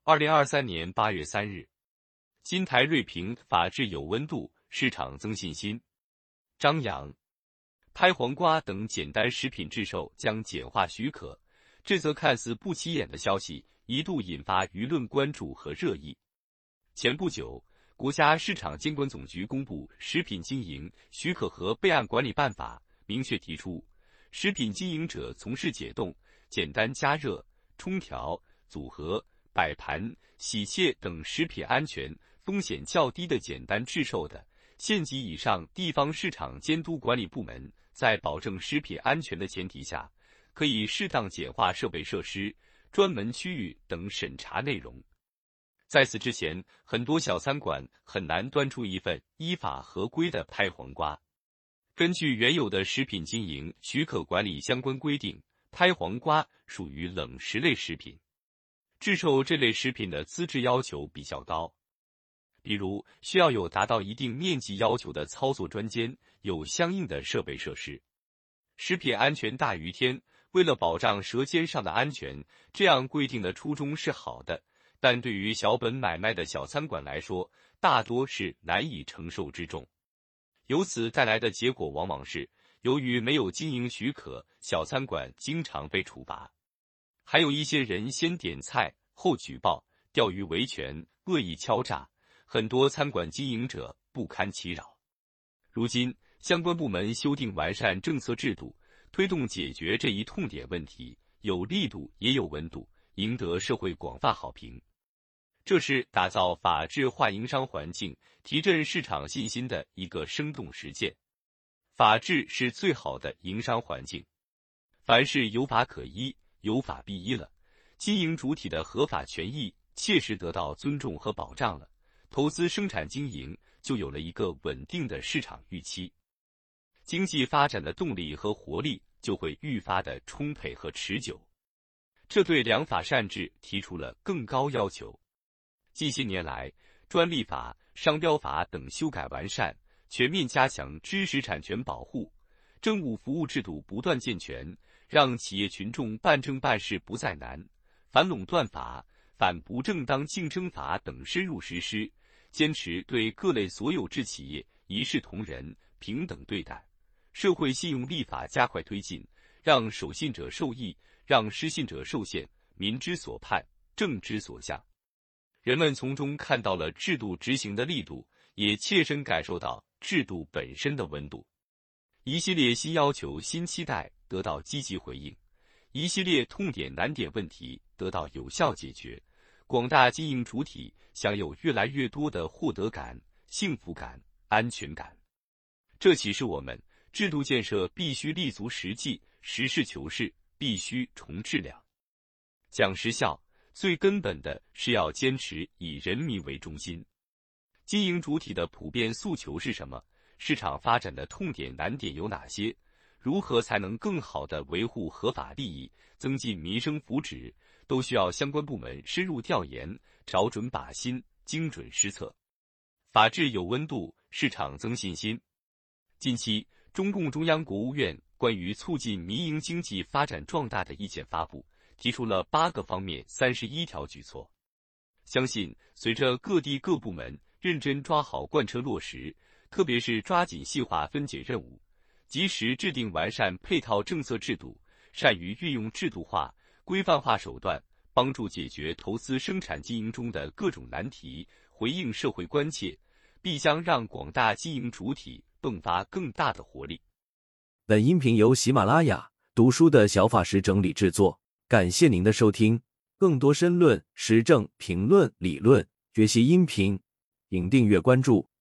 2023年8月3日，金台锐评法治有温度，市场增信心。张扬，拍黄瓜等简单食品制售将简化许可，这则看似不起眼的消息一度引发舆论关注和热议。前不久，国家市场监管总局公布《食品经营许可和备案管理办法》，明确提出，食品经营者从事解冻、简单加热、冲调、组合、摆盘、洗切等食品安全风险较低的简单制售的，县级以上地方市场监督管理部门在保证食品安全的前提下，可以适当简化设备设施、专门区域等审查内容。在此之前，很多小餐馆很难端出一份依法合规的拍黄瓜。根据原有的食品经营许可管理相关规定，拍黄瓜属于冷食类食品。制售这类食品的资质要求比较高，比如需要有达到一定面积要求的操作专间，有相应的设备设施。食品安全大于天，为了保障舌尖上的安全，这样规定的初衷是好的，但对于小本买卖的小餐馆来说，大多是难以承受之重。由此带来的结果往往是，由于没有经营许可，小餐馆经常被处罚。还有一些人先点菜后举报，钓鱼维权，恶意敲诈，很多餐馆经营者不堪其扰。如今，相关部门修订完善政策制度，推动解决这一痛点问题，有力度也有温度，赢得社会广泛好评。这是打造法治化营商环境、提振市场信心的一个生动实践。法治是最好的营商环境，凡事有法可依，有法必依了，经营主体的合法权益切实得到尊重和保障了，投资生产经营就有了一个稳定的市场预期，经济发展的动力和活力就会愈发的充沛和持久。这对良法善治提出了更高要求。近些年来，专利法、商标法等修改完善，全面加强知识产权保护，政务服务制度不断健全，让企业群众办政办事不再难。反垄断法、反不正当竞争法等深入实施，坚持对各类所有制企业一视同仁、平等对待。社会信用立法加快推进，让守信者受益，让失信者受限，民之所盼，政之所向。人们从中看到了制度执行的力度，也切身感受到制度本身的温度。一系列新要求、新期待得到积极回应，一系列痛点难点问题得到有效解决，广大经营主体享有越来越多的获得感、幸福感、安全感。这启示我们，制度建设必须立足实际，实事求是，必须重质量。讲实效，最根本的是要坚持以人民为中心。经营主体的普遍诉求是什么？市场发展的痛点难点有哪些？如何才能更好地维护合法利益，增进民生福祉，都需要相关部门深入调研，找准靶心，精准施策。法治有温度，市场增信心。近期，中共中央、国务院关于促进民营经济发展壮大的意见发布，提出了8个方面31条举措。相信随着各地各部门认真抓好贯彻落实，特别是抓紧细化分解任务，及时制定完善配套政策制度，善于运用制度化、规范化手段，帮助解决投资生产经营中的各种难题，回应社会关切，必将让广大经营主体迸发更大的活力。 本音频由喜马拉雅读书的小法师整理制作，感谢您的收听。更多申论、时政、评论、理论、学习音频，请订阅关注。